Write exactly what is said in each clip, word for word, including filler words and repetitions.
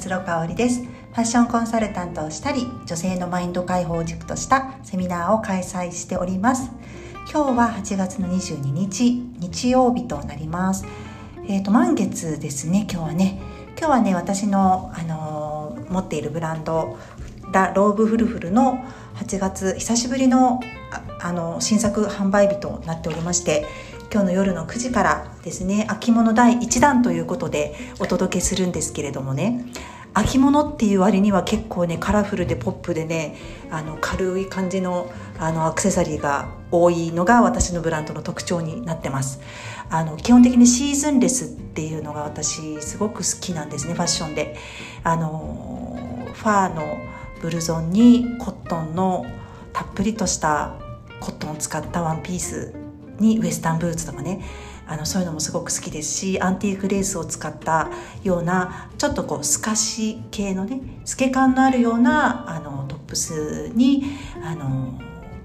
達郎香織です。ファッションコンサルタントをしたり、女性のマインド解放を軸としたセミナーを開催しております。今日ははちがつのにじゅうににち、日曜日となります。えっと、満月ですね、今日はね。今日はね、私の、あのー、持っているブランド、ラ・ローブフルフルのはちがつ、久しぶりの、あ、あの新作販売日となっておりまして、今日の夜のくじからですね、秋物だいいちだんということでお届けするんですけれどもね、秋物っていう割には結構ね、カラフルでポップでね、あの軽い感じのあのアクセサリーが多いのが私のブランドの特徴になってます。あの基本的にシーズンレスっていうのが私すごく好きなんですね、ファッションで。あのファーのブルゾンにコットンのたっぷりとしたコットンを使ったワンピースにウエスタンブーツとかね、あのそういうのもすごく好きですし、アンティークレースを使ったようなちょっとこう透かし系のね、透け感のあるようなあのトップスにあの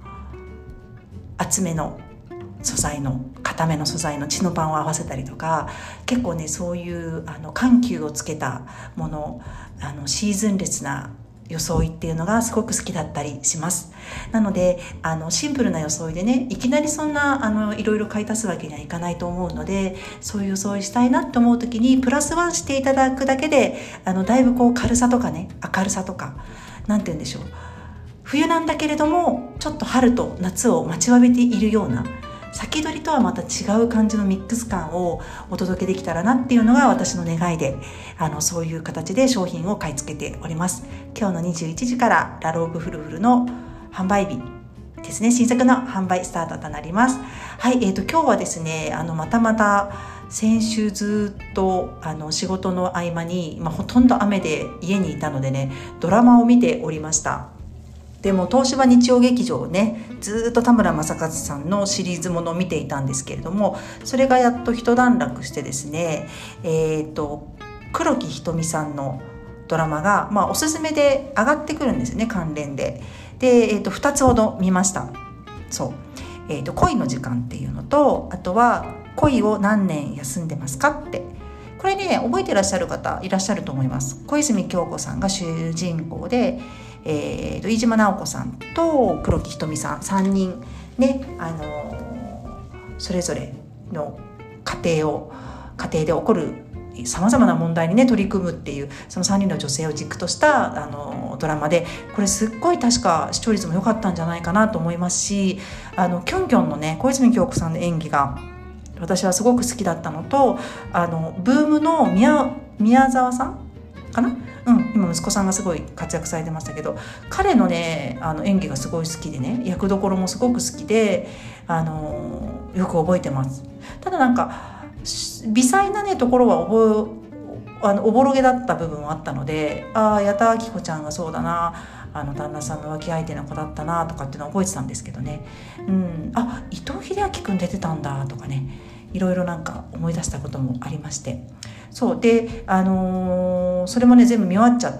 厚めの素材の固めの素材のチノパンを合わせたりとか、結構ねそういうあの緩急をつけたもの、あのシーズンレスな装いっていうのがすごく好きだったりします。なのであのシンプルな装いでね、いきなりそんなあのいろいろ買い足すわけにはいかないと思うので、そういう装いしたいなと思う時にプラスワンしていただくだけで、あのだいぶこう軽さとかね、明るさとか、なんて言うんでしょう、冬なんだけれどもちょっと春と夏を待ちわびているような、先取りとはまた違う感じのミックス感をお届けできたらなっていうのが私の願いで、あのそういう形で商品を買い付けております。今日のにじゅういちじからラ・ローブフルフルの販売日ですね、新作の販売スタートとなります。はい、えーと今日はですね、あのまたまた先週ずっとあの仕事の合間に、まあ、ほとんど雨で家にいたのでね、ドラマを見ておりました。でも東芝日曜劇場をね、ずっと田村正和さんのシリーズものを見ていたんですけれども、それがやっと一段落してですね、えーと黒木瞳さんのドラマが、まあ、おすすめで上がってくるんですね、関連で。で、えーとふたつほど見ました。そう、えーと恋の時間っていうのと、あとは恋を何年休んでますかって、これね覚えていらっしゃる方いらっしゃると思います。小泉今日子さんが主人公で、えー、と飯島直子さんと黒木瞳さんさんにんね、あのー、それぞれの家庭を家庭で起こるさまざまな問題にね取り組むっていう、そのさんにんの女性を軸としたあのドラマで、これすっごい確か視聴率も良かったんじゃないかなと思いますし、あのキョンキョンのね小泉今日子さんの演技が私はすごく好きだったのと、あのブームの 宮, 宮沢さんかな、うん、今息子さんがすごい活躍されてましたけど、彼のねあの演技がすごい好きでね、役どころもすごく好きで、あのよく覚えてます。ただなんか微細なねところは覚えあのおぼろげだった部分もあったので、ああ矢田亜希子ちゃんがそうだな、あの旦那さんの浮気相手の子だったなとかっていうのは覚えてたんですけどね、うん、あ伊藤英明くん出てたんだとかね、いろいろなんか思い出したこともありまして、そうで、あのー、それもね全部見終わっちゃって、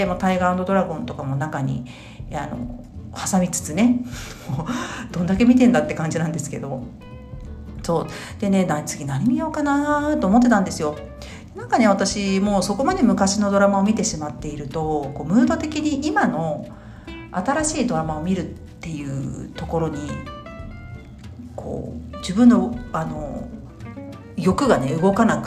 もうタイガー&ドラゴンとかも中にあの挟みつつねどんだけ見てんだって感じなんですけど、そうでね、次何見ようかなと思ってたんですよ。なんかね、私もうそこまで昔のドラマを見てしまっていると、こうムード的に今の新しいドラマを見るっていうところにこう自分のあの欲がね動かなくって、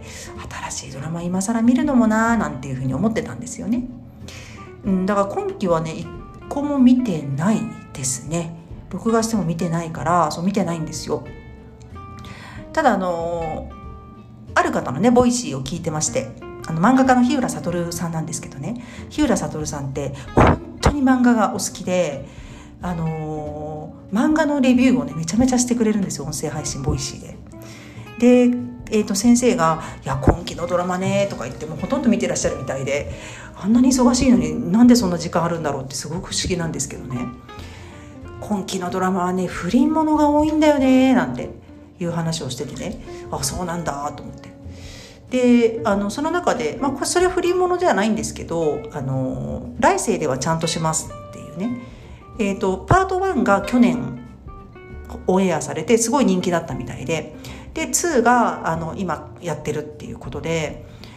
新しいドラマ今更見るのもなーなんていうふうに思ってたんですよね、うん、だから今期はね一個も見てないですね。録画しても見てないから、そう見てないんですよ。ただあのある方のねボイシーを聞いてまして、あの漫画家の日浦悟さんなんですけどね、日浦悟さんって本当に漫画がお好きで、あのー、漫画のレビューをねめちゃめちゃしてくれるんですよ、音声配信ボイシーで。で、えーと、先生がいや今期のドラマねとか言ってもほとんど見てらっしゃるみたいで、あんなに忙しいのになんでそんな時間あるんだろうってすごく不思議なんですけどね、今期のドラマはね不倫ものが多いんだよねなんていう話をしててね、あそうなんだと思って、であのその中で、まあ、それは不倫ものではないんですけど、あの来世ではちゃんとしますっていうね、えーと、パートワンが去年オンエアされてすごい人気だったみたいで、でツーがあの今やってるっていうことで、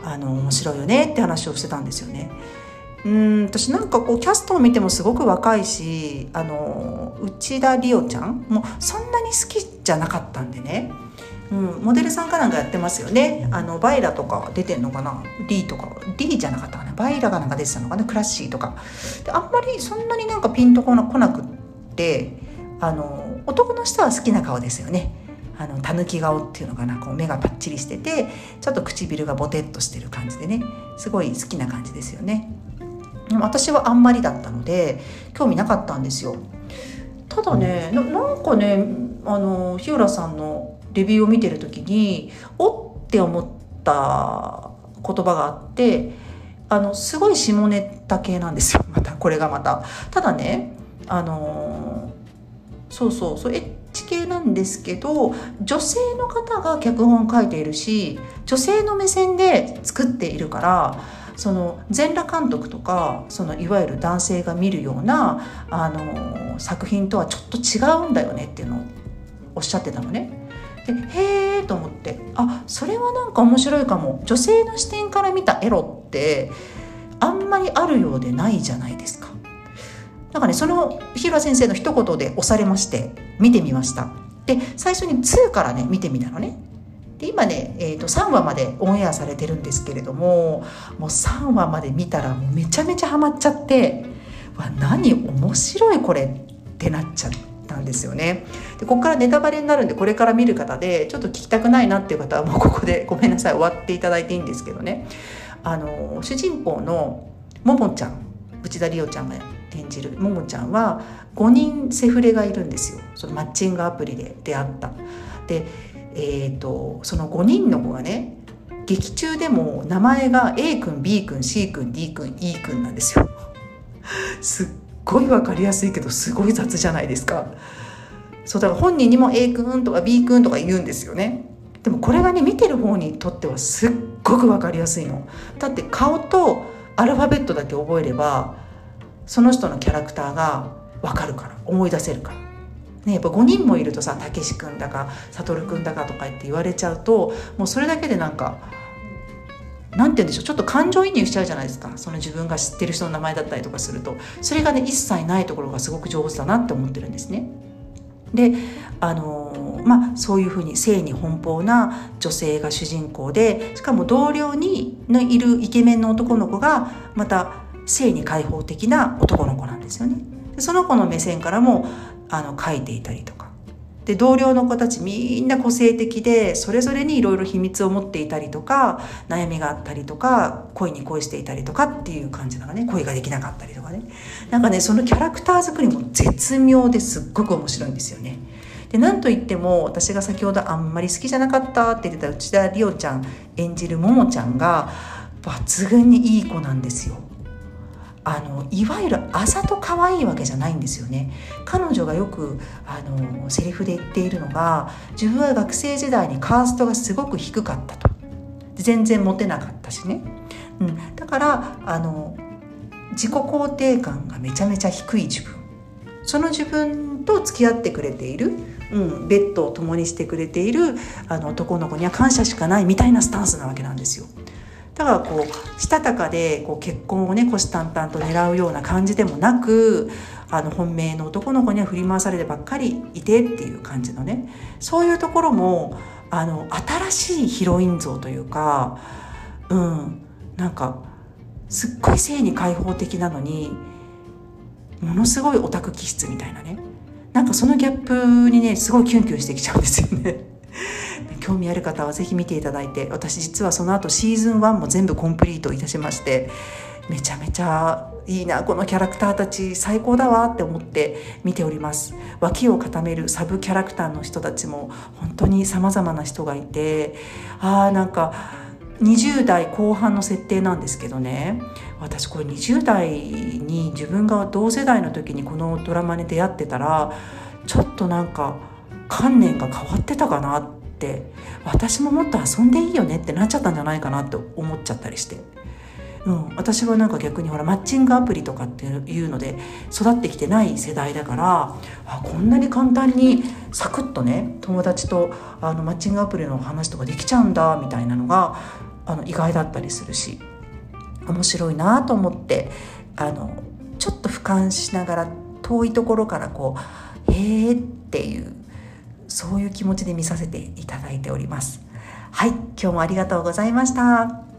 あの面白いよねって話をしてたんですよね。うーん私なんかこうキャストを見てもすごく若いし、あの内田理央ちゃんもそんなに好きじゃなかったんでね、うん、モデルさんかなんかやってますよね。あのバイラとか出てんのかな、リーとかリーじゃなかったかな、バイラがなんか出てたのかな、クラッシーとかで、あんまりそんなになんかピンとこな、来なくって、あの男の人は好きな顔ですよね。あのたぬき顔っていうのかな、こう目がパッチリしててちょっと唇がボテッとしてる感じでね、すごい好きな感じですよね。でも私はあんまりだったので興味なかったんですよ。ただね な, なんかねあの日浦さんのレビューを見てる時におって思った言葉があって、あのすごい下ネタ系なんですよ。またこれがまたただね、あのそうそうそうエッチ系なんですけど、女性の方が脚本を書いているし女性の目線で作っているから、その全裸監督とかそのいわゆる男性が見るようなあの作品とはちょっと違うんだよねっていうのをおっしゃってたのね。でへーと思って、あそれはなんか面白いかも。女性の視点から見たエロってあんまりあるようでないじゃないですか。なんかねその日浦先生の一言で押されまして見てみました。で最初ににからね見てみたのね。で今ね、えーと、さんわまでオンエアされてるんですけれども、もうさんわまで見たらもうめちゃめちゃハマっちゃって、わ何面白いこれってなっちゃったんですよね。でここからネタバレになるんで、これから見る方でちょっと聞きたくないなっていう方はもうここでごめんなさい終わっていただいていいんですけどね、あの主人公のももちゃん、内田理央ちゃんが演じるももちゃんはごにんセフレがいるんですよ。そのマッチングアプリで出会った。でえーと、そのごにんの子がね劇中でも名前が A 君 B 君 C 君 D 君 E 君なんですよ。すっごい分かりやすいけどすごい雑じゃないですか。そうだから本人にも A 君とか B 君とか言うんですよね。でもこれがね見てる方にとってはすっごく分かりやすいの。だって顔とアルファベットだけ覚えればその人のキャラクターが分かるから、思い出せるからね、やっぱごにんもいるとさ、たけし君だかさとる君だかとか言って言われちゃうと、もうそれだけでなんかなんて言うんでしょう、ちょっと感情移入しちゃうじゃないですか。その自分が知ってる人の名前だったりとかすると、それがね一切ないところがすごく上手だなって思ってるんですね。であのー、まあそういうふうに性に奔放な女性が主人公で、しかも同僚にのいるイケメンの男の子がまた性に開放的な男の子なんですよね。でその子の目線からもあの書いていたりとかで、同僚の子たちみんな個性的でそれぞれにいろいろ秘密を持っていたりとか、悩みがあったりとか、恋に恋していたりとかっていう感じなのね。恋ができなかったりとかね、なんかねそのキャラクター作りも絶妙ですっごく面白いんですよね。でなんといっても私が先ほどあんまり好きじゃなかったって言ってた内田理央ちゃん演じるももちゃんが抜群にいい子なんですよ。あのいわゆるあざと可愛いわけじゃないんですよね。彼女がよくあのセリフで言っているのが、自分は学生時代にカーストがすごく低かったと。全然モテなかったしね、うん、だからあの自己肯定感がめちゃめちゃ低い自分、その自分と付き合ってくれている、うん、ベッドを共にしてくれているあの男の子には感謝しかないみたいなスタンスなわけなんですよ。だからこうしたたかでこう結婚をね虎視眈々と狙うような感じでもなく、あの本命の男の子には振り回されてばっかりいてっていう感じのね、そういうところもあの新しいヒロイン像というか、うんなんかすっごい性に開放的なのにものすごいオタク気質みたいなね、なんかそのギャップにねすごいキュンキュンしてきちゃうんですよね。興味ある方はぜひ見ていただいて、私実はその後シーズンワンも全部コンプリートいたしまして、めちゃめちゃいいなこのキャラクターたち最高だわって思って見ております。脇を固めるサブキャラクターの人たちも本当に様々な人がいて、あーなんかにじゅう代後半の設定なんですけどね、私これにじゅう代に自分が同世代の時にこのドラマに出会ってたらちょっとなんか観念が変わってたかなって、私ももっと遊んでいいよねってなっちゃったんじゃないかなって思っちゃったりして、うん、私はなんか逆にほらマッチングアプリとかっていうので育ってきてない世代だから、あこんなに簡単にサクッとね友達とあのマッチングアプリの話とかできちゃうんだみたいなのがあの意外だったりするし、面白いなと思って、あのちょっと俯瞰しながら遠いところからこうへーっていう、そういう気持ちで見させていただいております。はい、今日もありがとうございました。